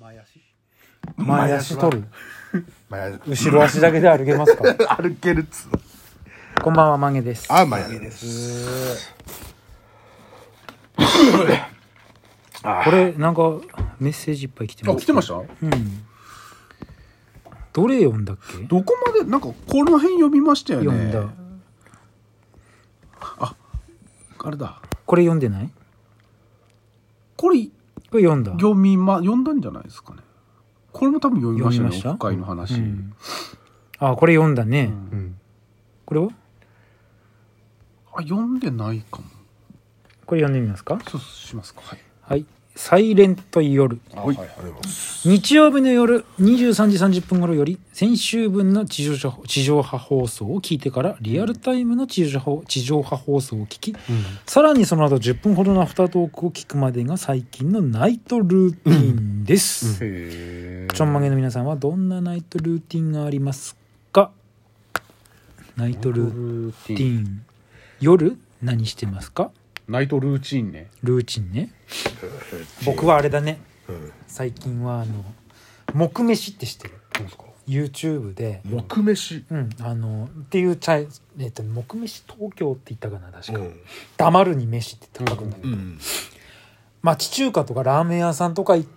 前足取る後ろ足だけで歩けますか歩けるっつこんばんは、マゲです。 あ、マゲです。 これなんかメッセージいっぱい来てます。 来てました？ うん。どれ読んだっけ？ どこまでなんかこの辺読みましたよね。 読んだ。 あれだ。 これ読んでない？ これ読んだ。 読んだんじゃないですかね。これも多分読みましたね。オフ会の話。 うん、あ、これ読んだね。うん、これは？ 読んでないかも。 これ読んでみますか？ そうしますか。はい。 はい。サイレント夜。 はい。 日曜日の夜23時30分頃より先週分の地上波放送を聞いてからリアルタイムの地上波放送を聞き、さらにその後10分ほどのアフタートークを聞くまでが最近のナイトルーティンです。ちょんまげの皆さんはどんなナイトルーティンがありますか？ナイトルーティン。夜何してますか？ ナイトルーチンね。 ルーチンね。僕はあれだね、最近は木飯って知ってる？ 何ですか？ YouTube で木飯、 っていう木飯東京って言ったかな、確か、黙るに飯って書くんだけど、町中華とかラーメン屋さんとか行って、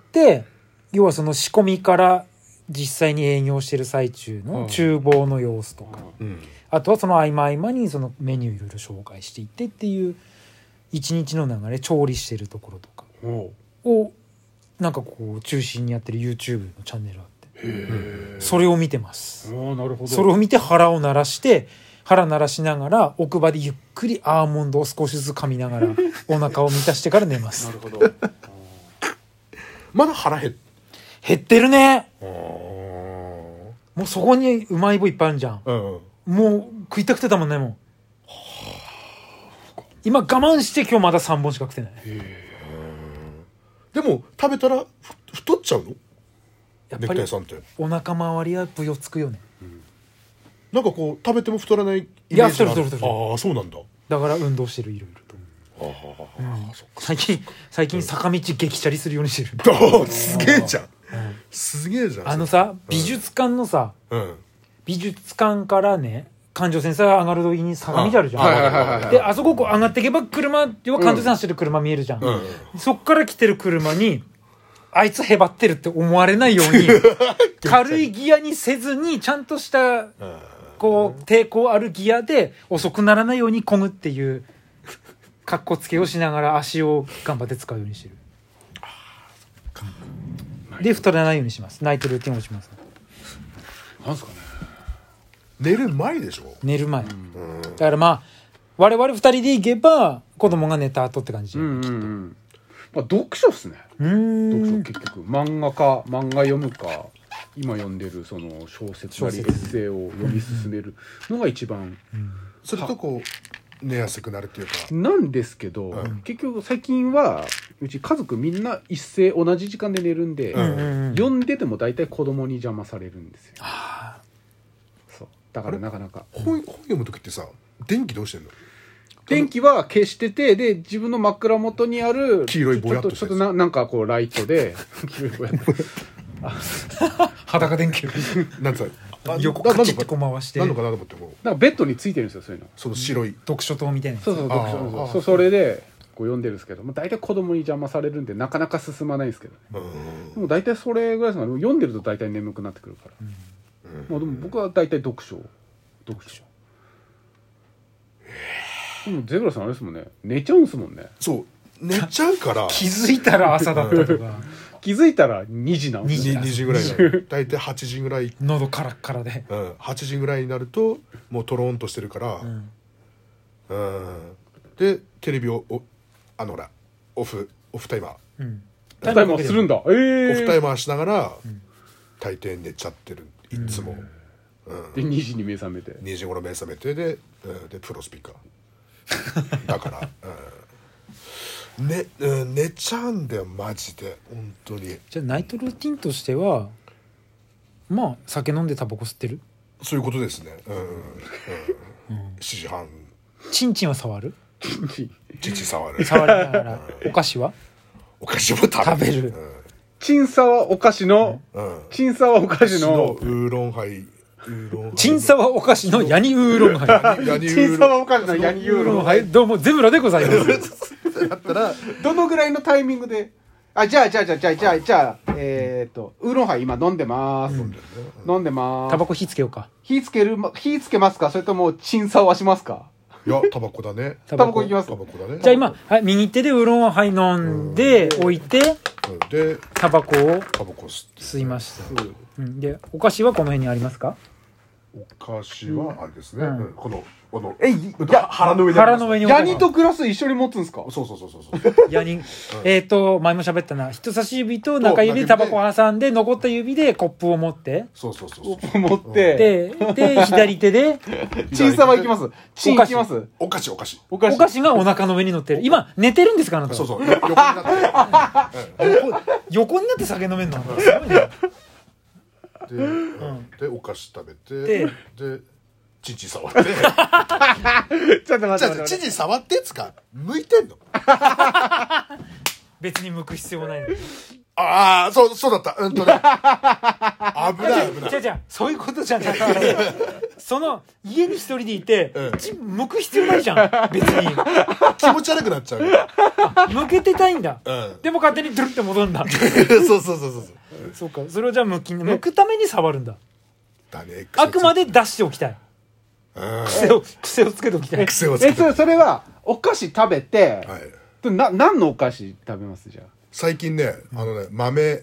要はその仕込みから実際に営業してる最中の厨房の様子とか、あとはその合間合間にそのメニューいろいろ紹介していってっていう一日の流れ、調理してるところとかをなんかこう中心にやってる YouTube のチャンネルがあって、それを見てます。 なるほど。 それを見て腹鳴らしながら奥歯でゆっくりアーモンドを少しずつ噛みながらお腹を満たしてから寝ます。 なるほど。まだ腹減ってるね。もうそこにうまい棒いっぱいあるじゃん、もう食いたくてたもんね。もう今我慢して今日まだ3本しか食ってない。 でも食べたら太っちゃうの？ やっぱりお腹周りはぶよつくよね、 なんかこう食べても太らないイメージがある。 いや太る。 ああ、そうなんだ。 だから運動してる、いろいろと。最近坂道激チャリするようにしてる。 すげえじゃん、すげえじゃん。 さ、美術館のさ、美術館からね、環状線さ上がる時に坂道あるじゃん。で、あそこ上がっていけば車、要は環状線走ってる車見えるじゃん。そっから来てる車にあいつへばってるって思われないように軽いギアにせずにちゃんとしたこう抵抗あるギアで遅くならないように漕ぐっていうかっこつけをしながら足を頑張って使うようにしてる。で太らないようにします。ナイトルーティンをします。 なんすかね。 寝る前でしょ？ 寝る前。だからまあ我々2人で行けば子供が寝た後って感じ。 まあ、読書っすね。読書、結局漫画読むか、今読んでるその小説なりエッセイを読み進めるのが一番、 それとこう寝やすくなるっていうかなんですけど、結局最近はうち家族みんな一斉同じ時間で寝るんで、読んでても大体子供に邪魔されるんですよ。そうだからなかなか本読む時ってさ、電気どうしてんの？ 電気は消してて、で自分の枕元にある黄色いぼやっとしたちょっとなんかこうライトで黄色いぼやっと裸電球なんつうの、 横カチッとこう回して、 何のかなと思ってこう、 なんかベッドについてるんですよ、そういうの。 その白い読書灯みたいな。 そう読書灯。それでこう読んでるんですけど、大体子供に邪魔されるんでなかなか進まないんですけどね。でも大体それぐらいですかね。読んでると大体眠くなってくるから。でも僕は大体読書。でもゼブラさんあれですもんね、寝ちゃうんですもんね。 そう寝ちゃうから気づいたら朝だったとか気づいたら2時なんです 2時ぐらいだ大体8時ぐらい喉カラッカラで、 8時ぐらいになるともうトローンとしてるから、でテレビをほらオフタイマー、 タイマーするんだ。オフタイマーしながら、大抵寝ちゃってるいつも、 で2時に目覚めて 2時頃目覚めてでプロスピーカーだから、寝ちゃうんだよマジで本当に。 じゃあナイトルーティンとしてはまあ酒飲んでタバコ吸ってる、 そういうことですね。7時半チンチンは触る父触る触りながらお菓子はお菓子も食べる、 チンサワお菓子のチンサワお菓子のウーロンハイチンサワお菓子のヤニウーロンハイチンサワお菓子のヤニウーロンハイどうもゼブラでございますだったらどのぐらいのタイミングでじゃあウーロンハイ今飲んでます、飲んでますタバコ火つけようか火つけますかそれともチンサワしますかいやタバコだねタバコいきますタバコだねじゃあ今、はい、右手でウーロンハイ飲んで置いてでタバコをタバコ吸いました、でお菓子はこの辺にありますか？ お菓子はあれですね、この腹の上に腹の上にヤニとグラス一緒に持つんですか？ そうヤニ前も喋ったな人差し指と中指でタバコを挟んで残った指でコップを持ってそう持ってで左手でチンサワいきますチンいきますお菓子お菓子がお腹の上に乗ってる今寝てるんですかあなたそう横になって横になって酒飲めんのすごいねでお菓子食べてでチンチン触ってちょっと待ってチンチン触ってっつか向いてんの別に剥く必要ないのああそうだった危ないじゃそういうことじゃなくてその家に一人でいて剥く必要ないじゃん別に気持ち悪くなっちゃう剥けてたいんだでも勝手にドゥルって戻るんだそうかそれをじゃあ剥くために触るんだあくまで出しておきたい癖をつけておきたいそれはお菓子食べて何のお菓子食べますじゃあ最近ね豆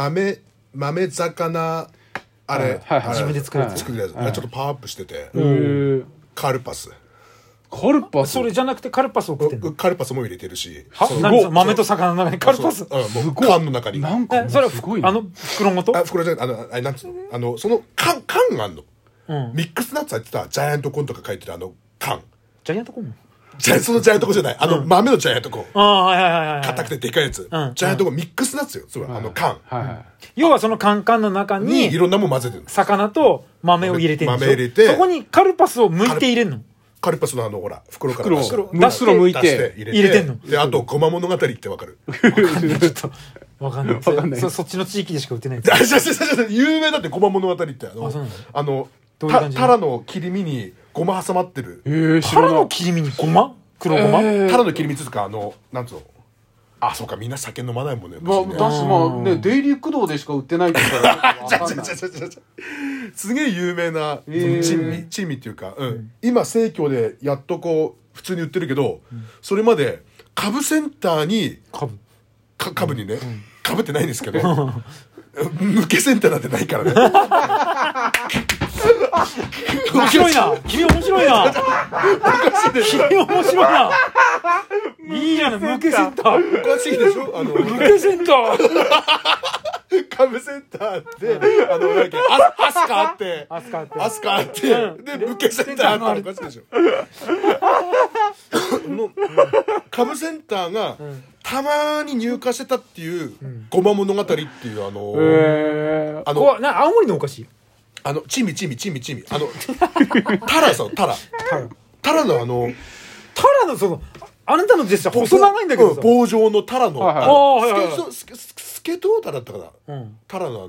魚あれ自分で作るやつちょっとパワーアップしててカルパスそれじゃなくてカルパスを食ってんのカルパスも入れてるし豆と魚の中にカルパス缶の中にそれはすごい袋ごと袋じゃないなんつうのその缶があんのミックスナッツ入ってたジャイアントコーンとか書いてる缶ジャイアントコーンそのジャイアントコーンじゃない豆のジャイアントコーン硬くてでかいやつジャイアントコーンミックスナッツよ缶要はそのカンカンの中にいろんなもん混ぜてる魚と豆を入れてるんでしょ豆入れてそこにカルパスを剥いて入れんのカルパスのほら袋から出して剥いて入れてんのであとごま物語ってわかるちょっとわかんないそっちの地域でしか売ってない有名だってごま物語ってタラの切り身にごま挟まってるタラの切り身にごま黒ごまタラの切り身つかなんつうのそうかみんな酒飲まないもんねデイリー駆動でしか売ってないって言ったらすげえ有名な珍味っていうか今生協でやっとこう普通に売ってるけどそれまで株センターに株にねかぶってないんですけど抜けセンターなんてないからね面白いな君面白いな君面白いないいじゃない抜けセンターおかしいでしょ抜けセンター株センターってアスカあってで抜けセンターあっておかしいでしょ株センターがたまに入荷してたっていうごま物語っていう青森のお菓子チミタラのそのあなたのジェスチャー細長いんだけどさ棒状のタラのスケトウタラだったかなタラの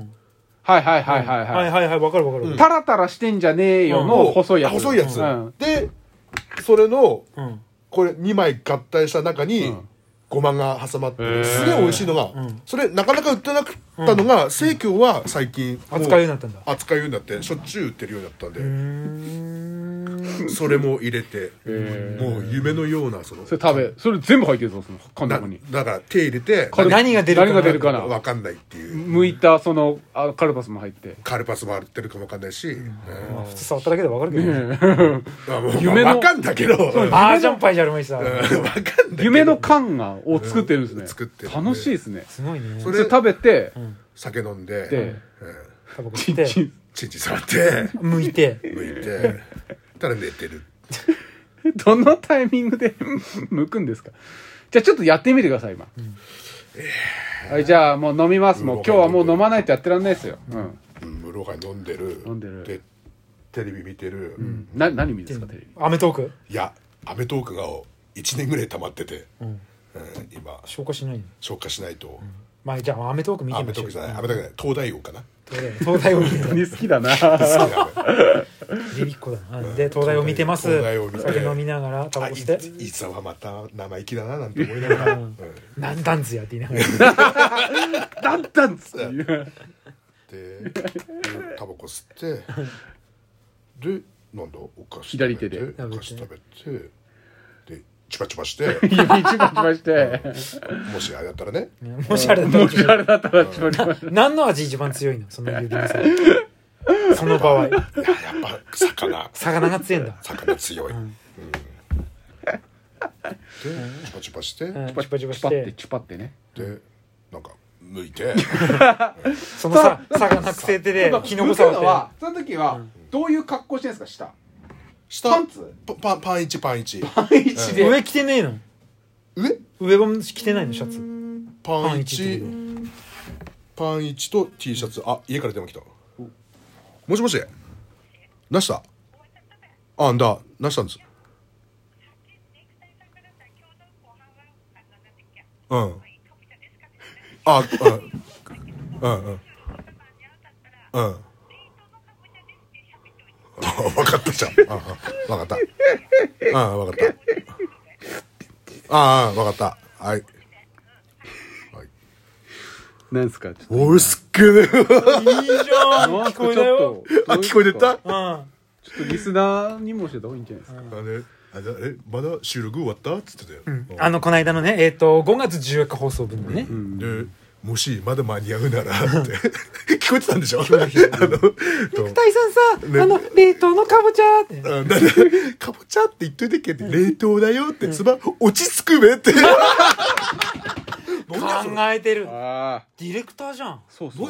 はいわかるタラタラしてんじゃねえよの細いやつでそれのこれ2枚合体した中にごまが挟まってるすげえ美味しいのがそれなかなか売ってなかったのが生協は最近扱うようになったんだ扱うようになってしょっちゅう売ってるようになったんでそれも入れてもう夢のようなそれ全部入ってるぞその缶の中にだから手入れて何が出るかな分かんないっていう剥いたそのカルパスも入ってカルパスも入ってるかも分かんないし普通触っただけで分かるけど夢の分かんだけどジャンパイじゃあるまいさ夢の缶を作ってるんですね楽しいですねすごいねそれ食べて酒飲んでタバコ吸ってチンチン触って剥いてたら寝てるどのタイミングで剥くんですかじゃあちょっとやってみてください今はいじゃあもう飲みますもう今日はもう飲まないとやってらんないですよムロが飲んでるでテレビ見てる何見るんですかテレビアメトークいやアメトークが1年ぐらい溜まってて今消化しないとまあじゃあアメトーク見てみましょう。 アメトークじゃない、アメトークじゃない、東大王かな。 東大を見て本当に好きだな。 デビッコだな。で東大を見てます。 東大を見て酒飲みながらタバコして。 いつはまた生意気だななんて思いながら、 なんだんずやって言いながら。 なんだんつってでタバコ吸ってでなんだお菓子左手でお菓子食べてでチュパチュパして指チュパチュパしてもしあれだったらね、 もしあれだったらもしあれだったらチュパチュパして何の味一番強いのその指のさ。その場合。 やっぱ魚が強いんだ。 魚強い。でチュパチュパしてチュパチュパチュパしチュパってて。 チュパってね。 でなんか剥いてそのさ魚くせ手でキノコ触って。 その時はどういう格好してるんですか？ 下パンツパン1 パン1で上着てねえの？上も着てないのシャツ。 パン1と T シャツ。あ、家から電話来た。もしもしなしたあんだなしたんです。うんあうん分かったじゃん。分かった。分かった。分かった。はい。 なんすか？ おいすっげえ。 いいじゃん。聞こえたよ。 聞こえてた？ ちょっとリスナーにもしてた方がいいんじゃないですか？ まだ収録終わったっつってたよ。 この間のね5月14日放送分のね。 でもしまだ間に合うならって聞こえてたんでしょ。 大さんさ冷凍のかぼちゃってかぼちゃって言っといてっけって冷凍だよってつば落ち着くべって考えてる。デああィレクターじゃん。 そうそう。